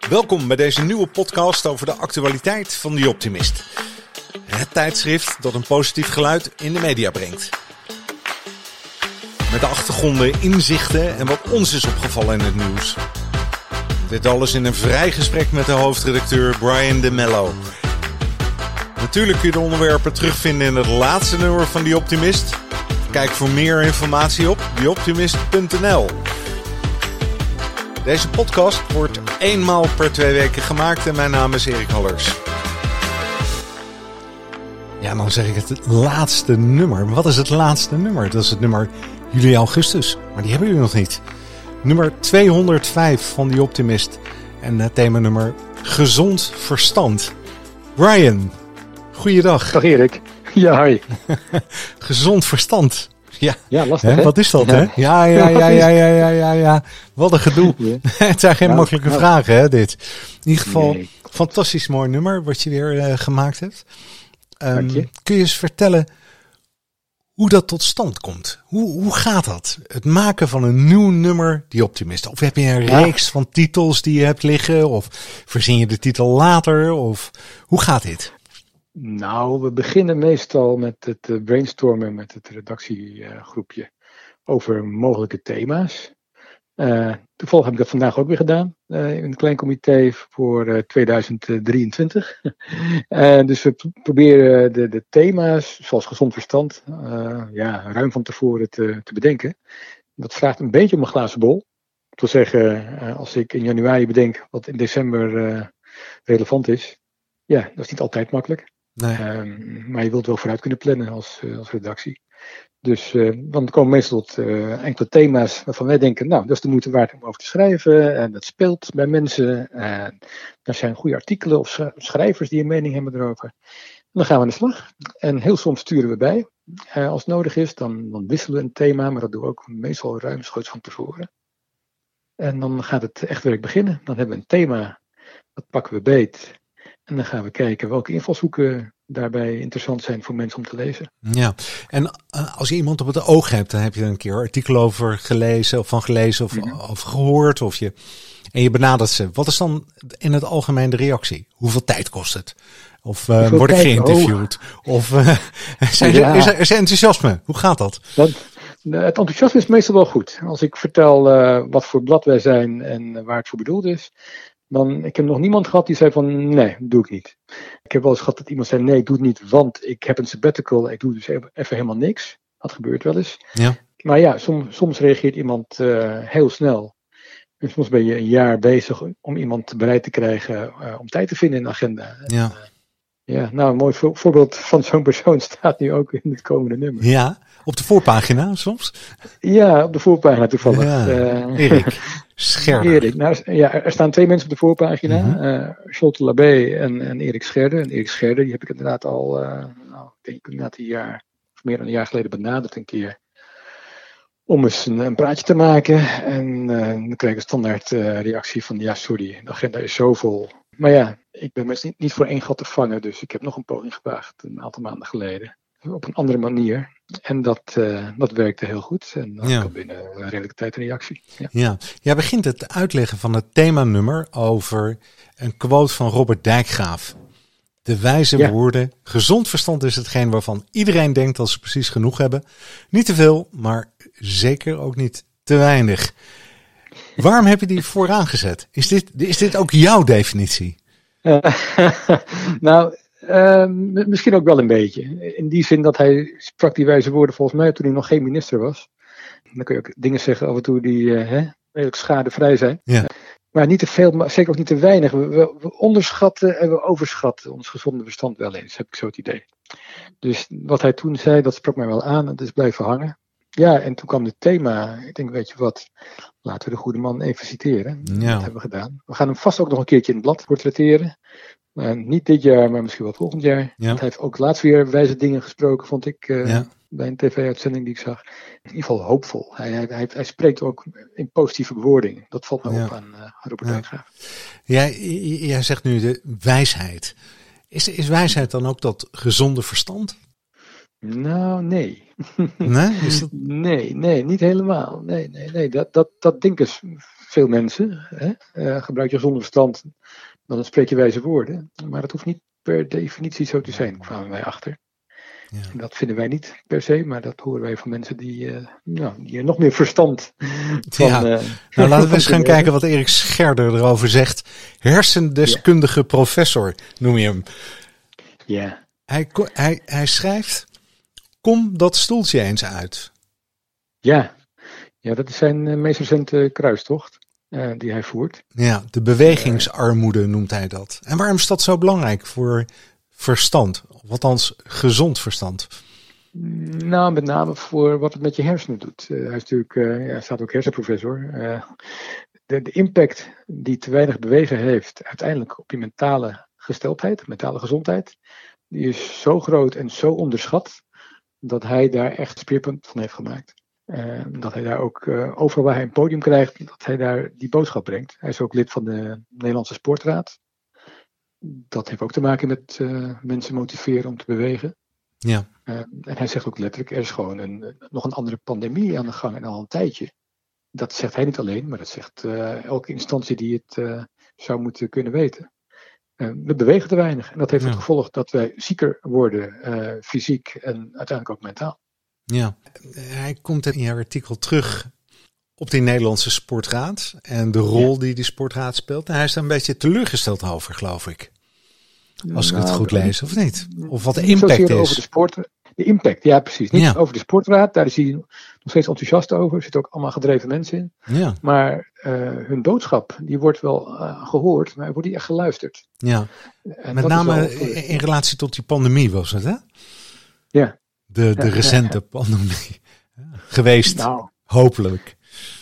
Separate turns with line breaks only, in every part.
Welkom bij deze nieuwe podcast over de actualiteit van The Optimist. Het tijdschrift dat een positief geluid in de media brengt. Met de achtergronden, inzichten en wat ons is opgevallen in het nieuws. Dit alles in een vrij gesprek met de hoofdredacteur Brian de Mello. Natuurlijk kun je de onderwerpen terugvinden in het laatste nummer van The Optimist. Kijk voor meer informatie op theoptimist.nl. Deze podcast wordt eenmaal per 2 weken gemaakt en mijn naam is Erik Hallers. Ja, dan zeg ik het laatste nummer. Wat is het laatste nummer? Dat is het nummer juli-augustus, maar die hebben jullie nog niet. Nummer 205 van The Optimist en het themanummer Gezond Verstand. Brian, goeiedag.
Dag Erik. Ja, hi.
Gezond verstand.
Ja, lastig hè?
Wat is dat hè? Ja. Wat een gedoe. Ja. Het zijn geen makkelijke vragen hè, dit. In ieder geval, fantastisch mooi nummer wat je weer gemaakt hebt. Kun je eens vertellen hoe dat tot stand komt? Hoe gaat dat? Het maken van een nieuw nummer, The Optimist. Of heb je een reeks van titels die je hebt liggen? Of verzin je de titel later? Of hoe gaat dit?
Nou, we beginnen meestal met het brainstormen met het redactiegroepje over mogelijke thema's. Toevallig heb ik dat vandaag ook weer gedaan in een klein comité voor 2023. Dus we proberen de thema's, zoals gezond verstand, ruim van tevoren te bedenken. Dat vraagt een beetje om een glazen bol. Dat wil zeggen, als ik in januari bedenk wat in december relevant is, ja, dat is niet altijd makkelijk.
Nee.
Maar je wilt wel vooruit kunnen plannen als redactie. Dus dan komen we meestal tot enkele thema's waarvan wij denken, nou, dat is de moeite waard om over te schrijven. En dat speelt bij mensen. Er zijn goede artikelen of schrijvers die een mening hebben erover. En dan gaan we aan de slag. En heel soms sturen we bij. Als het nodig is, dan wisselen we een thema, maar dat doen we ook meestal ruimschoots van tevoren. En dan gaat het echt werk beginnen. Dan hebben we een thema, dat pakken we beet. En dan gaan we kijken welke invalshoeken daarbij interessant zijn voor mensen om te lezen.
Ja, en als je iemand op het oog hebt, dan heb je er een keer artikelen over gelezen of over gehoord. En je benadert ze. Wat is dan in het algemeen de reactie? Hoeveel tijd kost het? Of word ik geïnterviewd? Of is er enthousiasme? Hoe gaat dat?
Het enthousiasme is meestal wel goed. Als ik vertel wat voor blad wij zijn en waar het voor bedoeld is. Ik heb nog niemand gehad die zei van nee, doe ik niet. Ik heb wel eens gehad dat iemand zei nee, ik doe het niet, want ik heb een sabbatical. Ik doe dus even helemaal niks. Dat gebeurt wel eens. Ja. Maar ja, soms reageert iemand heel snel. En soms ben je een jaar bezig om iemand bereid te krijgen om tijd te vinden in de agenda.
Ja.
Een mooi voorbeeld van zo'n persoon staat nu ook in het komende nummer.
Ja, op de voorpagina soms?
Ja, op de voorpagina toevallig.
Ja. Erik Scherder.
Nou, er staan 2 mensen op de voorpagina. Charlotte Labé en Erik Scherder. En Erik Scherder, die heb ik inderdaad al, ik denk een jaar, of meer dan een jaar geleden benaderd een keer. Om eens een praatje te maken. En dan kreeg ik een standaard reactie van ja, sorry, de agenda is zo vol. Maar ja, ik ben mensen niet voor 1 gat te vangen. Dus ik heb nog een poging gewaagd een aantal maanden geleden. Op een andere manier. En dat werkte heel goed. En dan kwam binnen een redelijke tijd een reactie.
Ja. Jij begint het uitleggen van het themanummer over een quote van Robert Dijkgraaf. De wijze woorden, gezond verstand is hetgeen waarvan iedereen denkt dat ze precies genoeg hebben. Niet te veel, maar zeker ook niet te weinig. Waarom heb je die vooraan gezet? Is dit ook jouw definitie?
Misschien ook wel een beetje. In die zin dat hij sprak die wijze woorden volgens mij toen hij nog geen minister was. Dan kun je ook dingen zeggen af en toe die redelijk schadevrij zijn. Ja. Maar niet te veel, maar zeker ook niet te weinig. We onderschatten en we overschatten ons gezonde verstand wel eens, heb ik zo het idee. Dus wat hij toen zei, dat sprak mij wel aan en dat is blijven hangen. Ja, en toen kwam het thema. Ik denk, weet je wat, laten we de goede man even citeren. Ja. Dat hebben we gedaan. We gaan hem vast ook nog een keertje in het blad portretteren. Niet dit jaar, maar misschien wel volgend jaar. Ja. Want hij heeft ook laatst weer wijze dingen gesproken, vond ik, bij een tv-uitzending die ik zag. In ieder geval hoopvol. Hij spreekt ook in positieve bewoording. Dat valt me op aan Robert Dijkgraaf.
Jij zegt nu de wijsheid. Is wijsheid dan ook dat gezonde verstand?
Nou, nee.
Nee? Is dat...
Nee, niet helemaal. Nee. Dat denken veel mensen. Hè? Gebruik je gezonde verstand, dan spreek je wijze woorden. Maar dat hoeft niet per definitie zo te zijn, kwamen wij achter. Ja. En dat vinden wij niet per se, maar dat horen wij van mensen die nog meer verstand van...
Nou, laten we eens gaan kijken wat Erik Scherder erover zegt. Hersendeskundige professor, noem je hem.
Ja.
Hij schrijft, kom dat stoeltje eens uit.
Ja, dat is zijn meest recente kruistocht die hij voert.
Ja, de bewegingsarmoede noemt hij dat. En waarom is dat zo belangrijk voor verstand? Of althans, gezond verstand?
Nou, met name voor wat het met je hersenen doet. Hij is natuurlijk, hij staat ook hersenprofessor. De impact die te weinig bewegen heeft uiteindelijk op je mentale gesteldheid, mentale gezondheid, die is zo groot en zo onderschat dat hij daar echt een speerpunt van heeft gemaakt. Dat hij daar ook overal waar hij een podium krijgt, dat hij daar die boodschap brengt. Hij is ook lid van de Nederlandse Sportraad. Dat heeft ook te maken met mensen motiveren om te bewegen.
Ja.
En hij zegt ook letterlijk, er is gewoon nog een andere pandemie aan de gang en al een tijdje. Dat zegt hij niet alleen, maar dat zegt elke instantie die het zou moeten kunnen weten. We bewegen te weinig. En dat heeft het gevolg dat wij zieker worden, fysiek en uiteindelijk ook mentaal.
Ja, hij komt in je artikel terug op die Nederlandse Sportraad en de rol die Sportraad speelt. En hij is daar een beetje teleurgesteld over, geloof ik. Als ik het goed lees, of niet? Of wat de impact is.
Over de sport. De impact, ja precies. Niet over de Sportraad, daar is hij nog steeds enthousiast over. Er zitten ook allemaal gedreven mensen in.
Ja.
Maar hun boodschap, die wordt wel gehoord, maar wordt niet echt geluisterd.
Ja, en met name in relatie tot die pandemie was het, hè?
Ja.
De recente pandemie geweest, hopelijk.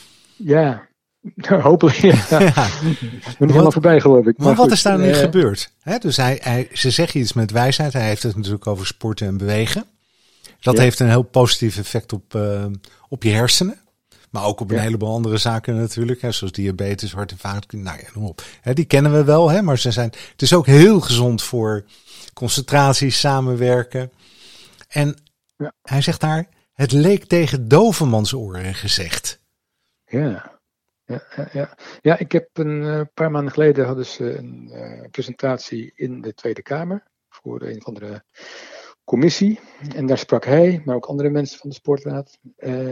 Ja, hopelijk. Ja. Ik ben helemaal voorbij, geloof ik.
Maar wat is daar nu gebeurd? Dus ze zeggen iets met wijsheid. Hij heeft het natuurlijk over sporten en bewegen. Dat heeft een heel positief effect op je hersenen. Maar ook op een heleboel andere zaken natuurlijk. Zoals diabetes, hart- en vaatziekten. Nou ja, noem op. Die kennen we wel. Maar het is ook heel gezond voor concentratie, samenwerken. En hij zegt daar, het leek tegen dovemansoren gezegd.
Ja, ik heb een paar maanden geleden hadden ze een presentatie in de Tweede Kamer voor een of andere commissie. En daar sprak hij, maar ook andere mensen van de Sportraad.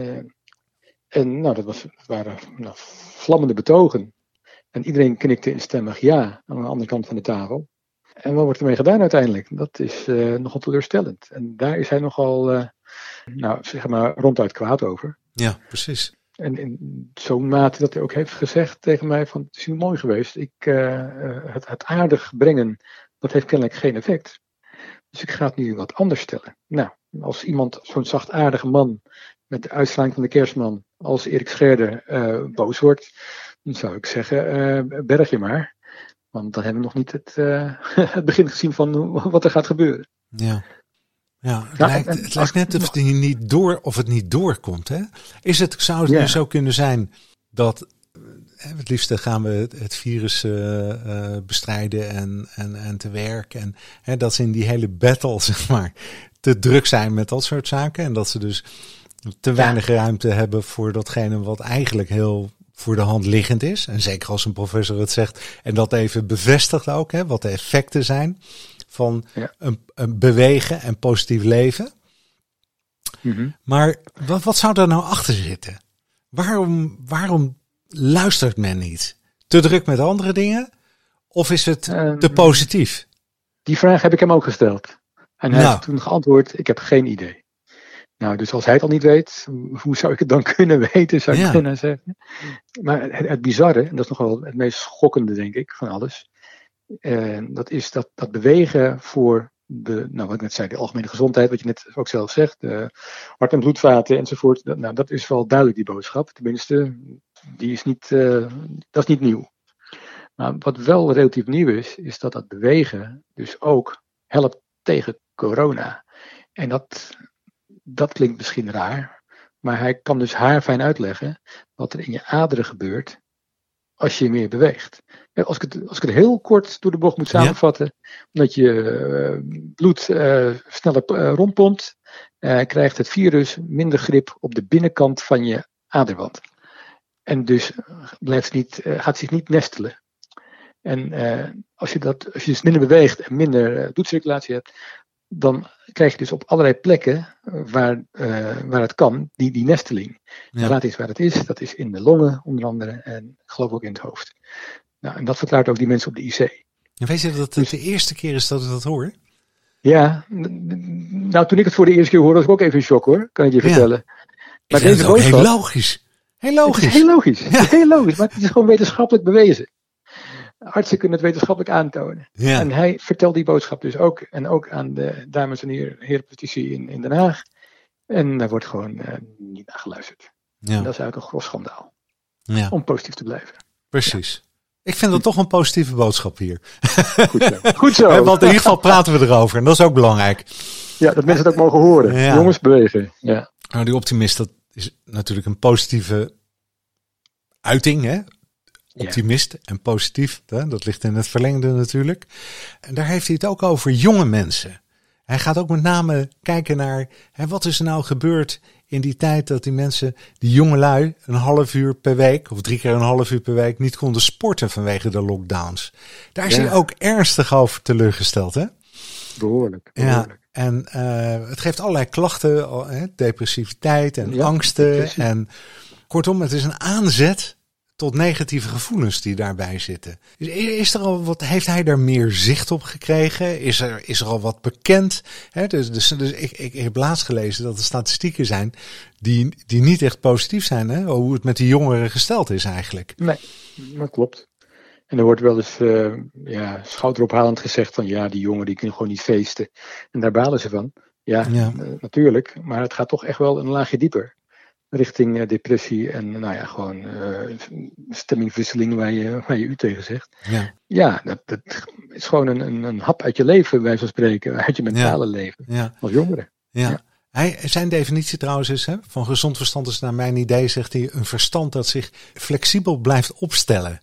En dat waren vlammende betogen. En iedereen knikte instemmig ja aan de andere kant van de tafel. En wat wordt ermee gedaan uiteindelijk? Dat is nogal teleurstellend. En daar is hij nogal, zeg maar, ronduit kwaad over.
Ja, precies.
En in zo'n mate dat hij ook heeft gezegd tegen mij van, het is niet mooi geweest. Het aardig brengen, dat heeft kennelijk geen effect. Dus ik ga het nu wat anders stellen. Nou, als iemand, zo'n zachtaardige man met de uitstraling van de kerstman, als Erik Scherder boos wordt, dan zou ik zeggen, berg je maar. Want dan hebben we nog niet het begin gezien van wat er gaat gebeuren.
Ja. Ja, het lijkt net of het niet doorkomt. Hè? Zou het nu zo kunnen zijn dat het liefste gaan we het virus bestrijden en te werk. En dat ze in die hele battle, zeg maar, te druk zijn met dat soort zaken. En dat ze dus te weinig ruimte hebben voor datgene wat eigenlijk heel voor de hand liggend is. En zeker als een professor het zegt en dat even bevestigt ook, wat de effecten zijn van een bewegen en positief leven. Mm-hmm. Maar wat zou daar nou achter zitten? Waarom luistert men niet? Te druk met andere dingen? Of is het te positief?
Die vraag heb ik hem ook gesteld. En hij heeft toen geantwoord, ik heb geen idee. Nou, dus als hij het al niet weet, hoe zou ik het dan kunnen weten, zou ik kunnen zeggen. Maar het bizarre, en dat is nog wel het meest schokkende, denk ik, van alles. Dat is dat bewegen voor wat ik net zei, de algemene gezondheid, wat je net ook zelf zegt, hart- en bloedvaten enzovoort. Dat is wel duidelijk, die boodschap. Tenminste, die is dat is niet nieuw. Maar wat wel relatief nieuw is dat bewegen dus ook helpt tegen corona. En dat klinkt misschien raar, maar hij kan dus haarfijn uitleggen wat er in je aderen gebeurt als je meer beweegt. Als ik het heel kort door de bocht moet samenvatten, omdat je bloed sneller rondpompt krijgt het virus minder grip op de binnenkant van je aderwand. En dus gaat het zich niet nestelen. En als je dus minder beweegt en minder bloedcirculatie hebt, dan krijg je dus op allerlei plekken waar het kan, die nesteling. Ja. De raad is waar het is. Dat is in de longen onder andere en ik geloof ook in het hoofd. Nou, en dat verklaart ook die mensen op de IC.
En weet je dat het de eerste keer is dat ik dat hoor?
Ja, nou toen ik het voor de eerste keer hoorde was ik ook even in shock hoor, kan ik je vertellen.
Maar deze boodschap, heel logisch. Heel logisch.
Het is heel logisch. Ja. Het is heel logisch, maar het is gewoon wetenschappelijk bewezen. Artsen kunnen het wetenschappelijk aantonen. Ja. En hij vertelt die boodschap dus ook. En ook aan de dames en heren politici in Den Haag. En daar wordt gewoon niet naar geluisterd. Ja. En dat is eigenlijk een gros schandaal. Ja. Om positief te blijven.
Precies. Ja. Ik vind dat toch een positieve boodschap hier.
Goed zo. Goed zo.
Want in ieder geval praten we erover. En dat is ook belangrijk.
Ja, dat mensen het ook mogen horen. Ja. Jongens, bewegen. Ja.
Nou, die optimist, dat is natuurlijk een positieve uiting, hè? Optimist en positief, hè? Dat ligt in het verlengde natuurlijk. En daar heeft hij het ook over jonge mensen. Hij gaat ook met name kijken naar, wat is er nou gebeurd in die tijd dat die mensen, die jongelui, een half uur per week of 3 keer een half uur per week niet konden sporten vanwege de lockdowns. Daar is hij ook ernstig over teleurgesteld, hè?
Behoorlijk.
Ja, en het geeft allerlei klachten, depressiviteit en angsten. Depressie. En kortom, het is een aanzet tot negatieve gevoelens die daarbij zitten. Is er al wat, heeft hij daar meer zicht op gekregen? Is er al wat bekend? Dus ik heb laatst gelezen dat er statistieken zijn die niet echt positief zijn. Hè? Hoe het met die jongeren gesteld is eigenlijk.
Nee, dat klopt. En er wordt wel eens schouderophalend gezegd van die jongen die kunnen gewoon niet feesten. En daar balen ze van. Ja. Natuurlijk. Maar het gaat toch echt wel een laagje dieper. Richting depressie en gewoon stemmingwisseling waar je u tegen zegt. Ja, dat is gewoon een hap uit je leven, bij van spreken. Uit je mentale leven als jongere.
Ja. Zijn definitie trouwens is, van gezond verstand is naar mijn idee, zegt hij, een verstand dat zich flexibel blijft opstellen.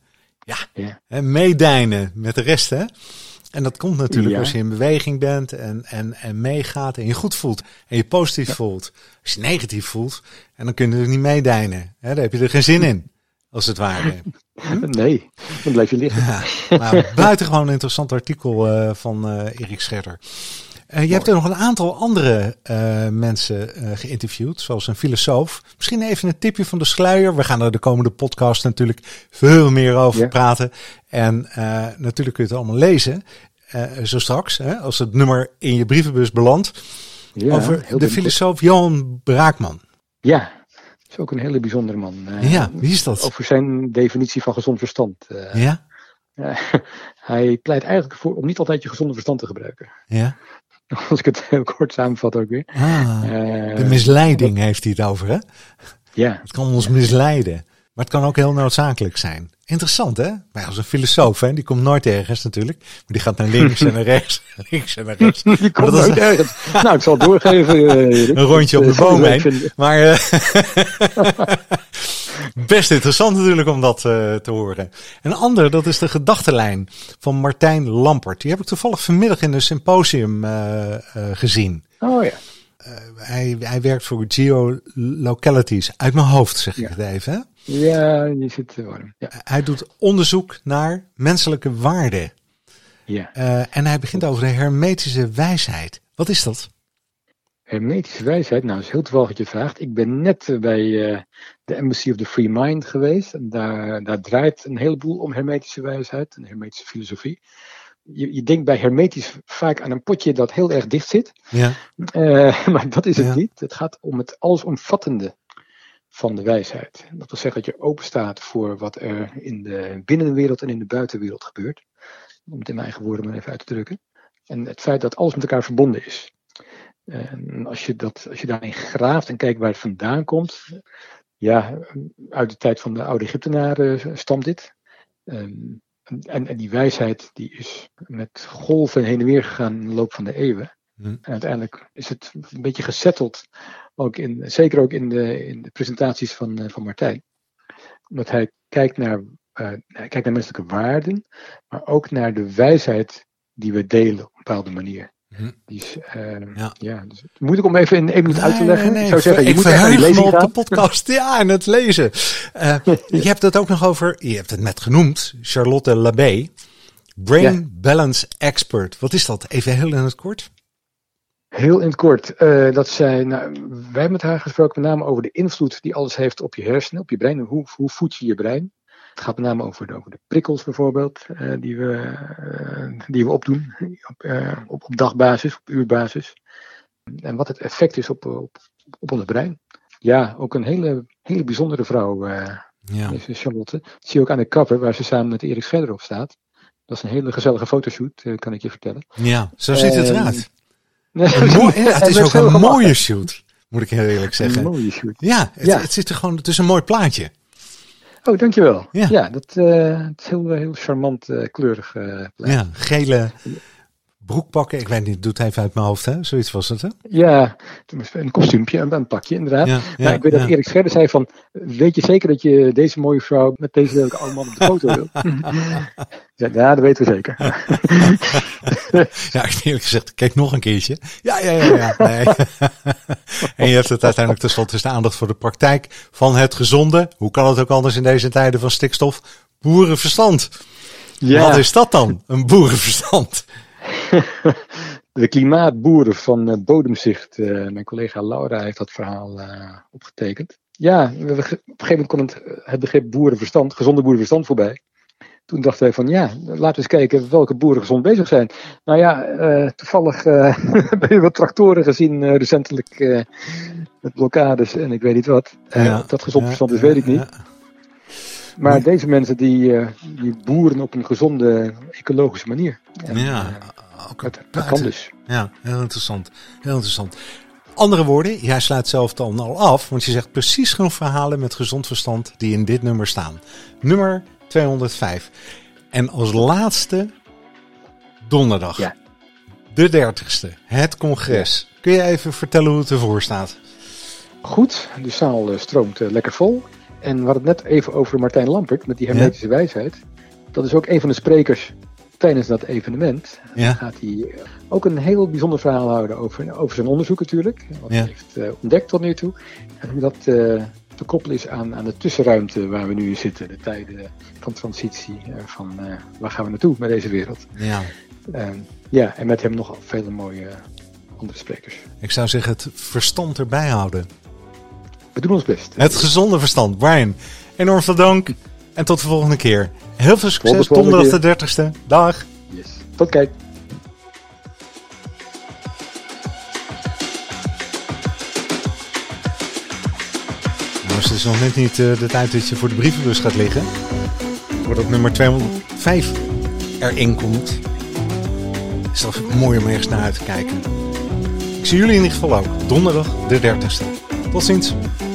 Ja. Meedijnen met de rest, hè. En dat komt natuurlijk als je in beweging bent en meegaat en je goed voelt. En je positief voelt. Als je negatief voelt, en dan kun je er niet meedijnen. Daar heb je er geen zin in, als het ware.
Nee, dan blijf je liggen.
Ja, maar buitengewoon interessant artikel van Erik Scherter. Je hebt er nog een aantal andere mensen geïnterviewd, zoals een filosoof. Misschien even een tipje van de sluier. We gaan er de komende podcast natuurlijk veel meer over praten. En natuurlijk kun je het allemaal lezen, zo straks, als het nummer in je brievenbus belandt. Ja, over de filosoof Johan Braakman.
Ja, dat is ook een hele bijzondere man.
Wie is dat?
Over zijn definitie van gezond verstand. Hij pleit eigenlijk voor om niet altijd je gezonde verstand te gebruiken. Ja. Als ik het heel kort samenvat ook weer.
De misleiding heeft hij het over, hè?
Ja.
Het kan ons misleiden. Maar het kan ook heel noodzakelijk zijn. Interessant, hè? Maar als een filosoof, hè? Die komt nooit ergens natuurlijk. Maar die gaat naar links en naar rechts. Links en naar rechts.
Die komt nooit ergens. Nou, ik zal het doorgeven.
Een rondje op de boom heen. Maar best interessant natuurlijk om dat te horen. Een ander, dat is de gedachtenlijn van Martijn Lampert. Die heb ik toevallig vanmiddag in een symposium gezien.
Oh ja.
Hij werkt voor Geolocalities. Uit mijn hoofd zeg ik het even, hè?
Ja, je zit warm. Ja.
Hij doet onderzoek naar menselijke waarden.
Ja.
En hij begint over de hermetische wijsheid. Wat is dat?
Hermetische wijsheid? Nou, dat is heel toevallig wat je vraagt. Ik ben net bij de Embassy of the Free Mind geweest. En daar draait een heleboel om hermetische wijsheid en hermetische filosofie. Je denkt bij hermetisch vaak aan een potje dat heel erg dicht zit. Ja. Maar dat is het niet. Het gaat om het allesomvattende van de wijsheid. Dat wil zeggen dat je open staat voor wat er in de binnenwereld en in de buitenwereld gebeurt. Om het in mijn eigen woorden maar even uit te drukken. En het feit dat alles met elkaar verbonden is. En als je daarin graaft en kijkt waar het vandaan komt. Ja, uit de tijd van de oude Egyptenaren stamt dit. En die wijsheid die is met golven heen en weer gegaan in de loop van de eeuwen. En uiteindelijk is het een beetje gesetteld, zeker ook in de presentaties van Martijn. Omdat hij kijkt naar menselijke waarden, maar ook naar de wijsheid die we delen op een bepaalde manier. Die is, dus moeilijk om even in 1 minuut uit te leggen.
Nee.
Ik zou zeggen,
je moet even naar de lezing gaan. Op de podcast, en het lezen. Je hebt het ook nog over, je hebt het net genoemd, Charlotte Labé. Brain Balance Expert. Wat is dat? Even heel in het kort.
Heel in het kort. Dat zij, wij hebben met haar gesproken met name over de invloed die alles heeft op je hersenen, op je brein. Hoe voed je je brein? Het gaat met name over de prikkels bijvoorbeeld, die we opdoen op dagbasis, op uurbasis. En wat het effect is op ons brein. Ja, ook een hele bijzondere vrouw, Charlotte. Dat zie je ook aan de cover waar ze samen met Erik Scherder op staat. Dat is een hele gezellige fotoshoot, kan ik je vertellen.
Ja, zo ziet het eruit. Het is ook een mooie shoot, moet ik heel eerlijk zeggen.
Een mooie shoot.
Ja, het zit er gewoon, het is een mooi plaatje.
Oh, dankjewel. Ja, het is heel charmant kleurig.
Ja, gele broekpakken. Ik weet niet, doe het even uit mijn hoofd, hè? Zoiets was het, hè?
Ja, een kostuumpje, een pakje, inderdaad. Ik weet dat Erik Scherder zei van, weet je zeker dat je deze mooie vrouw met deze leuke oude man op de foto wil? Ja, dat weten we zeker.
Ja, ik heb eerlijk gezegd, kijk nog een keertje. Ja. Nee. En je hebt het uiteindelijk tenslotte de aandacht voor de praktijk van het gezonde. Hoe kan het ook anders in deze tijden van stikstof? Boerenverstand. Ja. Wat is dat dan, een boerenverstand?
De klimaatboeren van Bodemzicht. Mijn collega Laura heeft dat verhaal opgetekend. Ja, op een gegeven moment kwam het begrip boerenverstand, gezonde boerenverstand voorbij. Toen dachten wij van laten we eens kijken welke boeren gezond bezig zijn. Nou ja, toevallig hebben we wat tractoren gezien recentelijk met blokkades en ik weet niet wat. Dat gezond verstand is, weet ik niet. Maar deze mensen die boeren op een gezonde, ecologische manier. En, dat kan dus.
Ja, heel interessant. Heel interessant. Andere woorden, jij sluit zelf dan al af, want je zegt precies genoeg verhalen met gezond verstand die in dit nummer staan. Nummer 205. En als laatste donderdag. Ja. De 30ste. Het congres. Kun je even vertellen hoe het ervoor staat?
Goed, de zaal stroomt lekker vol. En we hadden het net even over Martijn Lampert met die hermetische wijsheid. Dat is ook een van de sprekers tijdens dat evenement. Dan gaat hij ook een heel bijzonder verhaal houden over zijn onderzoek natuurlijk. Wat hij heeft ontdekt tot nu toe. En hoe dat te koppelen is aan de tussenruimte waar we nu in zitten. De tijden van transitie. Van waar gaan we naartoe met deze wereld. Ja. En met hem nog vele mooie andere sprekers.
Ik zou zeggen het verstand erbij houden.
We doen ons best.
Het gezonde verstand. Brian, enorm veel dank. En tot de volgende keer. Heel veel succes. Donderdag de 30ste. Dag.
Yes. Tot kijk.
Nou, het is nog net niet de tijd dat je voor de brievenbus gaat liggen. Voordat nummer 205 erin komt. Is dat mooi om ergens naar uit te kijken. Ik zie jullie in ieder geval ook. Donderdag de 30ste. Tot ziens.